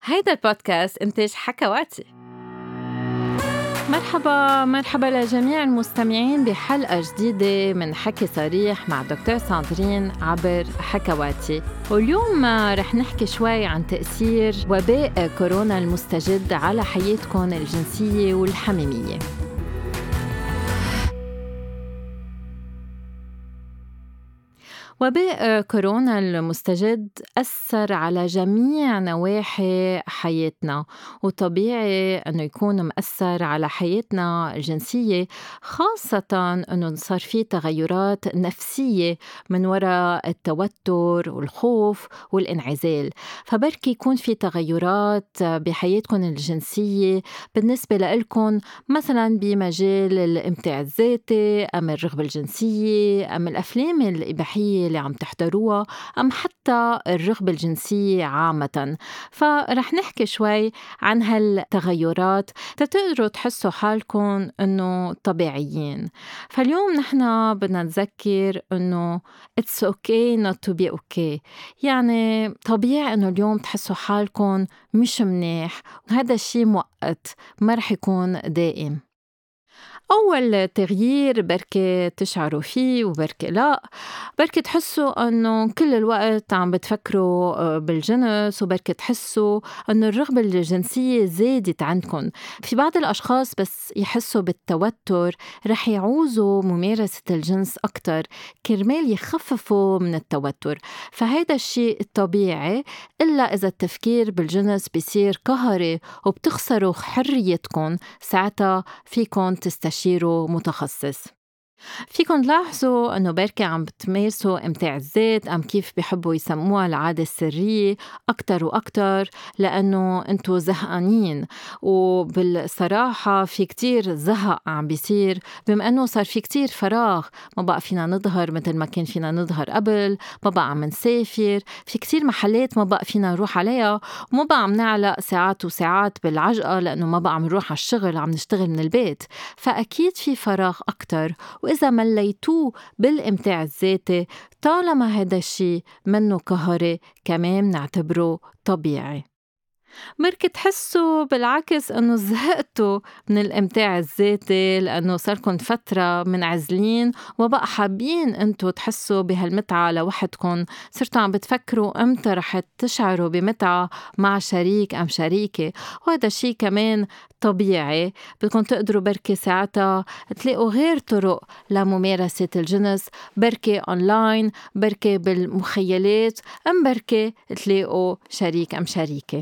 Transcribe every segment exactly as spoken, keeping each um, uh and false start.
هيدا البودكاست إنتاج حكواتي. مرحبا مرحبا لجميع المستمعين بحلقة جديدة من حكي صريح مع دكتور ساندرين عبر حكواتي. واليوم رح نحكي شوي عن تأثير وباء كورونا المستجد على حياتكم الجنسية والحميمية. وباء كورونا المستجد أثر على جميع نواحي حياتنا، وطبيعي أنه يكون مأثر على حياتنا الجنسية، خاصة أنه صار فيه تغيرات نفسية من وراء التوتر والخوف والانعزال. فبركي يكون في تغيرات بحياتكم الجنسية بالنسبة لكم، مثلا بمجال الامتاع الذاتي أم الرغبة الجنسية أم الأفلام الإباحية اللي عم تحضروها أم حتى الرغبة الجنسية عامة. فرح نحكي شوي عن هالتغيرات تتقدروا تحسوا حالكم أنه طبيعيين. فاليوم نحن بدنا نذكر أنه it's okay not to be okay، يعني طبيعي أنه اليوم تحسوا حالكم مش منيح، وهذا الشيء مؤقت ما رح يكون دائم. أول تغيير بركي تشعروا فيه وبركي لا، بركي تحسوا أنه كل الوقت عم بتفكروا بالجنس، وبركي تحسوا أنه الرغبة الجنسية زادت عندكم. في بعض الأشخاص بس يحسوا بالتوتر رح يعوزوا ممارسة الجنس أكتر كرمال يخففوا من التوتر، فهذا الشيء الطبيعي، إلا إذا التفكير بالجنس بيصير قهري وبتخسروا حريتكم، ساعتها فيكن تستشيروا متخصص. فيكن تلاحظوا أنه بركي عم بتمارسوا امتاع الذات أم كيف بيحبوا يسموها العادة السرية أكتر وأكتر، لأنه أنتوا زهقانين. وبالصراحة في كتير زهق عم بيصير، بما أنه صار في كتير فراغ، ما بقى فينا نظهر مثل ما كان فينا نظهر قبل، ما بقى عم نسافر، في كتير محلات ما بقى فينا نروح عليها، وما بقى عم نعلق ساعات وساعات بالعجقة لأنه ما بقى عم نروح على الشغل، عم نشتغل من البيت. فأكيد في فراغ أكتر، وإذا مليتوه بالإمتاع الذاتي طالما هذا الشيء منه قهري كمان نعتبره طبيعي. بركي تحسوا بالعكس أنه زهقتوا من الإمتاع الذاتي لأنه صاركن فترة منعزلين وبقى حابين أنتوا تحسوا بهالمتعة لوحدكن، صرتوا عم بتفكروا أمتى رح تشعروا بمتعة مع شريك أم شريكة، وهذا الشيء كمان طبيعي. بدكم تقدروا بركي ساعتها تلاقوا غير طرق لممارسة الجنس، بركي أونلاين، بركي بالمخيلات، أم بركي تلاقوا شريك أم شريكة.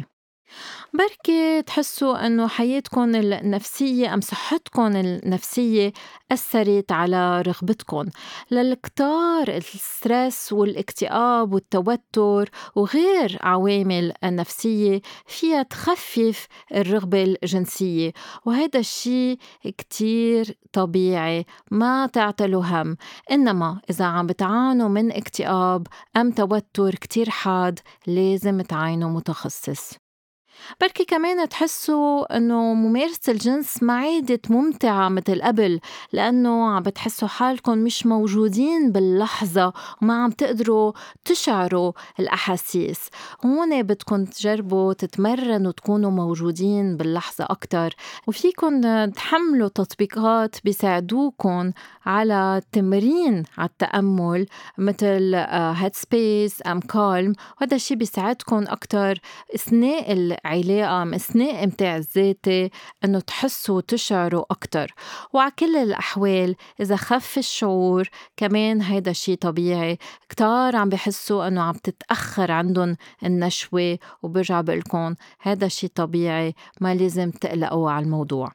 بركي تحسوا أنه حياتكم النفسية أم صحتكم النفسية أثرت على رغبتكم، للكتار السترس والاكتئاب والتوتر وغير عوامل النفسية فيها تخفف الرغبة الجنسية، وهذا الشيء كتير طبيعي، ما تعتلوا هم. إنما إذا عم بتعانوا من اكتئاب أم توتر كتير حاد لازم تعاينوا متخصص. بركي كمان تحسوا أنه ممارسة الجنس ما عادت ممتعة مثل قبل، لأنه عم بتحسوا حالكم مش موجودين باللحظة وما عم تقدروا تشعروا الأحاسيس. هون بدكم تجربوا تتمرنوا تكونوا موجودين باللحظة أكتر، وفيكم تحملوا تطبيقات بيساعدوكم على تمرين على التأمل مثل هيد سبيس أم كالم، وهذا الشيء بيساعدكم أكتر أثناء العلاقة أم أثناء امتاع الذاتي أنه تحسوا وتشعروا أكتر. وعلى كل الأحوال إذا خف الشعور كمان هيدا الشيء طبيعي، كتار عم بيحسوا أنه عم تتأخر عندهم النشوة، وبرجع بقولكم هيدا الشيء طبيعي، ما لازم تقلقوا على الموضوع.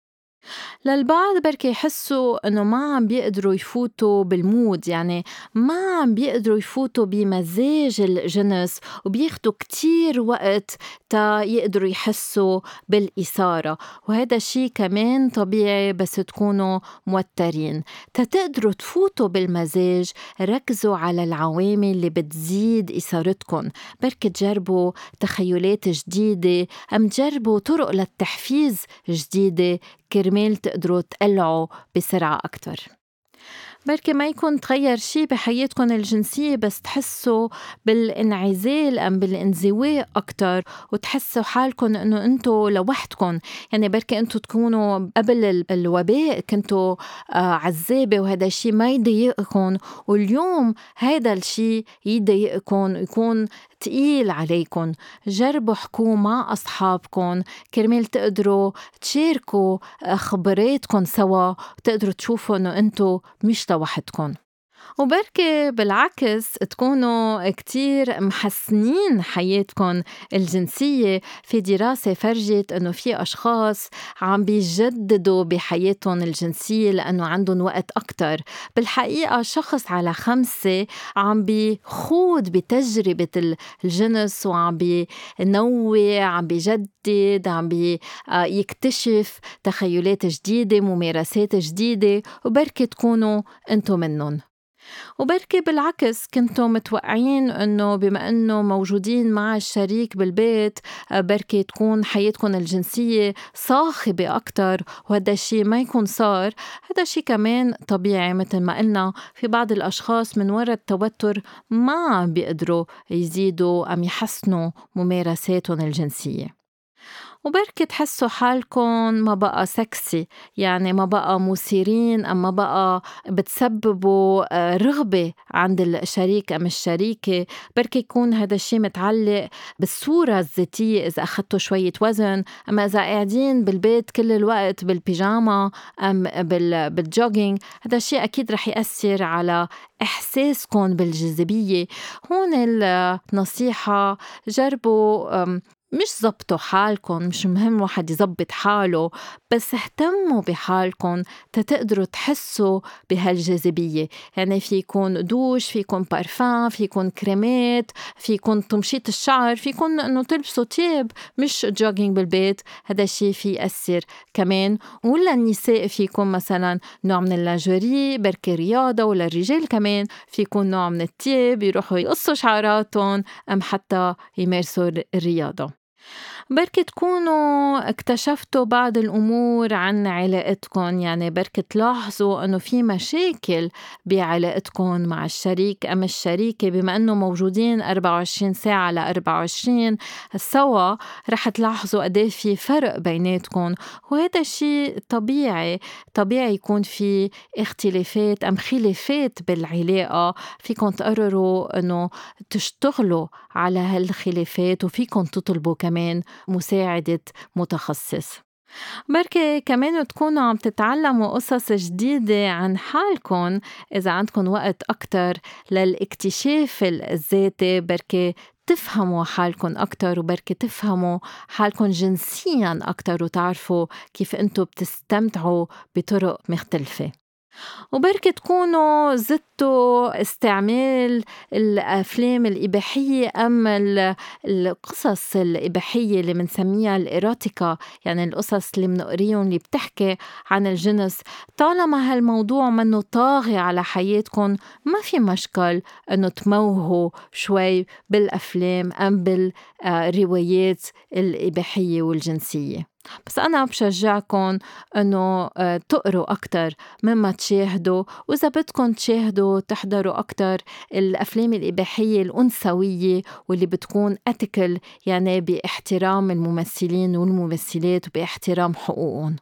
للبعض بركي يحسوا أنه ما عم بيقدروا يفوتوا بالمود، يعني ما عم بيقدروا يفوتوا بمزاج الجنس، وبياخدوا كتير وقت تا يقدروا يحسوا بالإثارة، وهذا الشيء كمان طبيعي. بس تكونوا موترين تا تقدروا تفوتوا بالمزاج، ركزوا على العوامل اللي بتزيد إثارتكم. بركي تجربوا تخيلات جديدة أم تجربوا طرق للتحفيز جديدة كرمال تقدروا تقلعوا بسرعة أكتر. بركي ما يكون تغيّر شي بحياتكن الجنسية، بس تحسّوا بالانعزال أم بالانزواء أكتر، وتحسّوا حالكن إنه أنتم لوحدكن. يعني بركي أنتم تكونوا قبل ال الوباء كنتوا آآ عزّابة وهيدا الشي ما يضايقكن، واليوم هيدا الشي يضايقكن ويكون تقيل عليكن. جربوا احكوا مع أصحابكن كرمال تقدروا تشاركوا آآ خبراتكن سوا، وتقدروا تشوفوا إنه أنتم مش لوحدكن. وبركي بالعكس تكونوا كتير محسنين حياتكن الجنسية. في دراسة فرجت إنه في أشخاص عم بيجددوا بحياتهم الجنسية لأنه عندهم وقت أكتر. بالحقيقة شخص على خمسة عم بيخوض بتجربة ال- الجنس، وعم بينوع، عم بيجدد، عم بي آه يكتشف تخيلات جديدة، ممارسات جديدة، وبركي تكونوا انتو منن. وبركي بالعكس كنتوا متوقعين إنه بما إنه موجودين مع الشريك بالبيت آه، بركي تكون حياتكن الجنسية صاخبة أكتر، وهذا الشي ما يكون صار. هذا الشي كمان طبيعي، مثل ما قلنا في بعض الأشخاص من وراء التوتر ما عم بيقدروا يزيدوا أم يحسنوا ممارساتهم الجنسية. وبركي تحسّوا حالكن ما بقى سكسي، يعني ما بقى مثيرين، أم ما بقى بتسببوا آآ رغبة عند الشريك أم الشريكة. بركي يكون هيدا الشي متعلّق بالصورة الذاتية إذا أخدتوا شوية وزن، أما إذا قاعدين بالبيت كل الوقت بالبيجاما أم بال بالجوجينج، هيدا الشي أكيد رح يأثّر على إحساسكن بالجاذبية. هون النصيحة جربوا آمم مش زبطوا حالكن، مش مهم واحد يزبط حاله، بس اهتموا بحالكن تتقدروا تحسوا بهالجاذبية. يعني في يكون دوش، في يكون بارفان، في يكون كريمات، في يكون تمشيط الشعر، في يكون انه تلبسوا تياب مش جوجينج بالبيت. هذا الشي في يأثر كمان. ولا النساء في يكون مثلا نوع من اللاجوري بركي رياضة، ولا الرجال كمان في يكون نوع من التياب يروحوا يقصوا شعراتهم أم حتى يمارسوا الرياضة. بركي تكونوا اكتشفتوا بعض الأمور عن علاقتكن، يعني بركي تلاحظوا أنه في مشاكل بعلاقتكن مع الشريك أم الشريكة. بما أنه موجودين أربعة وعشرين ساعة على أربعة وعشرين سوا، رح تلاحظوا قديه في فرق بيناتكن. وهذا الشيء طبيعي، طبيعي يكون في اختلافات أم خلافات بالعلاقة. فيكن تقرروا أنه تشتغلوا على هالخلافات، وفيكن تطلبوا كمان مساعدة متخصص. بركي كمان تكونوا عم تتعلموا قصص جديدة عن حالكن إذا عندكن وقت أكتر للاكتشاف الذاتي. بركي تفهموا حالكن أكتر، وبركي تفهموا حالكن جنسياً أكتر، وتعرفوا كيف أنتوا بتستمتعوا بطرق مختلفة. وبركي تكونوا زدتوا استعمال الأفلام الإباحية أم ال- القصص الإباحية اللي منسميها الإيروتيكا، يعني القصص اللي منقريهم اللي بتحكي عن الجنس. طالما هالموضوع منه طاغي على حياتكم، ما في مشكل أنه تموهوا شوي بالأفلام أم بالروايات الإباحية والجنسية. بس أنا بشجعكن أنه آه، تقروا أكتر مما تشاهدوا. وإذا بدكن تشاهدوا تحضروا أكتر الأفلام الإباحية الأنثوية واللي بتكون ethical، يعني باحترام الممثلين والممثلات وباحترام حقوقهم.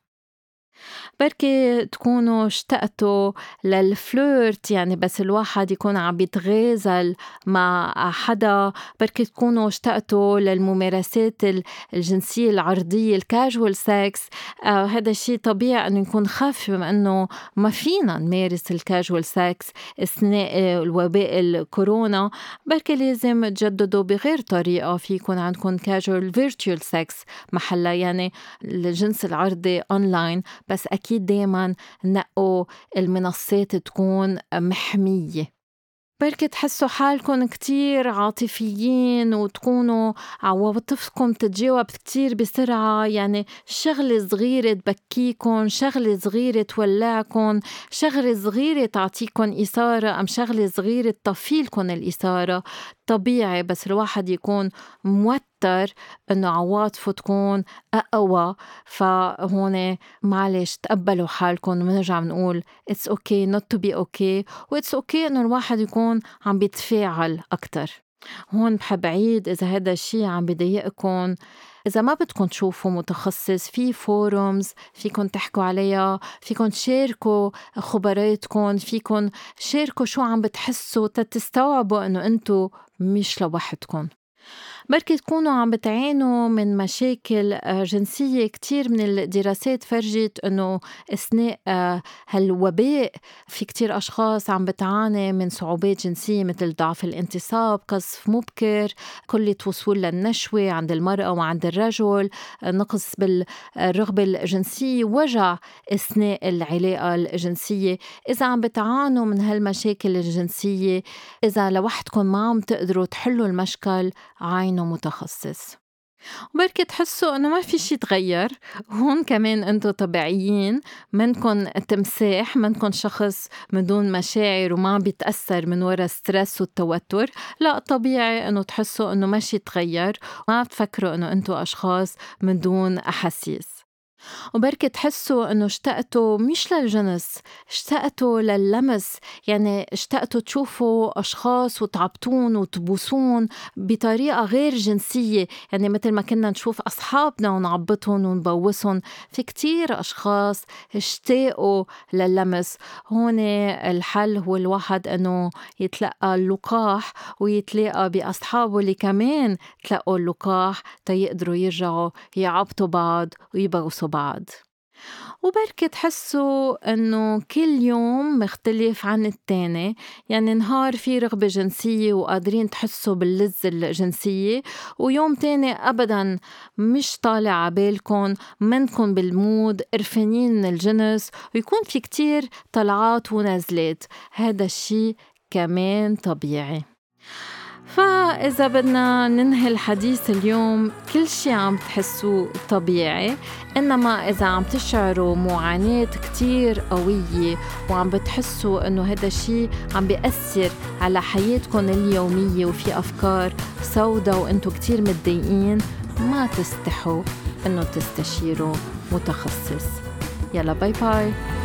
بركي تكونوا اشتقتوا للفليرت، يعني بس الواحد يكون عم بيتغازل مع حدا. بركي تكونوا اشتقتوا للممارسات ال- الجنسية العرضية، الكاجوال سكس. آه هذا الشيء طبيعي انه يكون خف، بما انه ما فينا نمارس الكاجوال سكس اثناء الوباء الكورونا. بركي لازم تجددوا بغير طريقة. في يكون عندكم كاجوال فيرتشوال سكس محلها، يعني الجنس العرضي اونلاين. بس أكيد دايماً نقوا المنصات تكون محمية. بركي تحسوا حالكم كتير عاطفيين، وتكونوا عواطفكم تتجاوب كتير بسرعة. يعني شغلة صغيرة تبكيكن، شغلة صغيرة تولعكن، شغلة صغيرة تعطيكن إثارة، أم شغلة صغيرة تطفيلكن الإثارة، طبيعي، بس الواحد يكون موتّر إنه عواطفه تكون أقوى. فهون معلش تقبّلوا حالكم، ومنرجع منقول it's okay not to be okay، و it's okay إنه الواحد يكون عم بيتفاعل أكتر. هون بحب عيد إذا هيدا الشي عم بيضايقكن، إذا ما بدكن تشوفوا متخصص، في فورums فيكن تحكوا عليها، فيكن تشاركوا خبراتكن، فيكن شاركوا شو عم بتحسوا تتستوعبوا إنه أنتو مش لوحدكن. بركي تكونوا عم بتعانوا من مشاكل آه، جنسية. كتير من الدراسات فرجت إنه أثناء آه، هالوباء في كتير أشخاص عم بتعاني من صعوبات جنسية مثل ضعف الانتصاب، قذف مبكر، قلة وصول للنشوة عند المرأة وعند الرجل، آه، نقص بالرغبة الجنسية، وجع أثناء العلاقة الجنسية. إذا عم بتعانوا من هالمشاكل الجنسية، إذا لوحدكم ما عم تقدروا تحلوا المشكل، عاينوا متخصص. وبركي تحسوا إنه ما في شي تغير. هون كمان أنتوا طبيعيين، منكن تمساح، منكن شخص من دون مشاعر وما عم بيتأثر من ورا ستريس والتوتر. لا، طبيعي إنه تحسوا إنه ما شي تغير، ما تفكروا إنه أنتوا أشخاص من دون أحاسيس. وبركي تحسوا إنه اشتقتوا مش للجنس، اشتقتوا لللمس. يعني اشتقتوا تشوفوا أشخاص وتعبطون وتبوسون بطريقة غير جنسية، يعني مثل ما كنا نشوف أصحابنا ونعبطهم ونبوسهم. في كتير أشخاص اشتاقوا لللمس. هون الحل هو الواحد إنه يتلقى اللقاح ويتلاقى بأصحابه اللي كمان تلقوا اللقاح تيقدروا يرجعوا يعبطوا بعض ويبوسوا بعض. وبركي تحسوا إنه كل يوم مختلف عن التاني، يعني نهار في رغبة جنسية وقادرين تحسوا باللذة الجنسية، ويوم تاني أبداً مش طالع عبالكن، منكن بالمود، قرفانين من الجنس، ويكون في كتير طلعات ونزلات. هذا الشي كمان طبيعي. فإذا بدنا ننهي الحديث اليوم، كل شي عم تحسوه طبيعي، إنما إذا عم تشعروا معاناة كتير قوية وعم بتحسوا إنه هذا الشي عم بيأثر على حياتكم اليومية وفي أفكار سودا وإنتو كتير متضايقين، ما تستحوا إنه تستشيروا متخصص. يلا باي باي.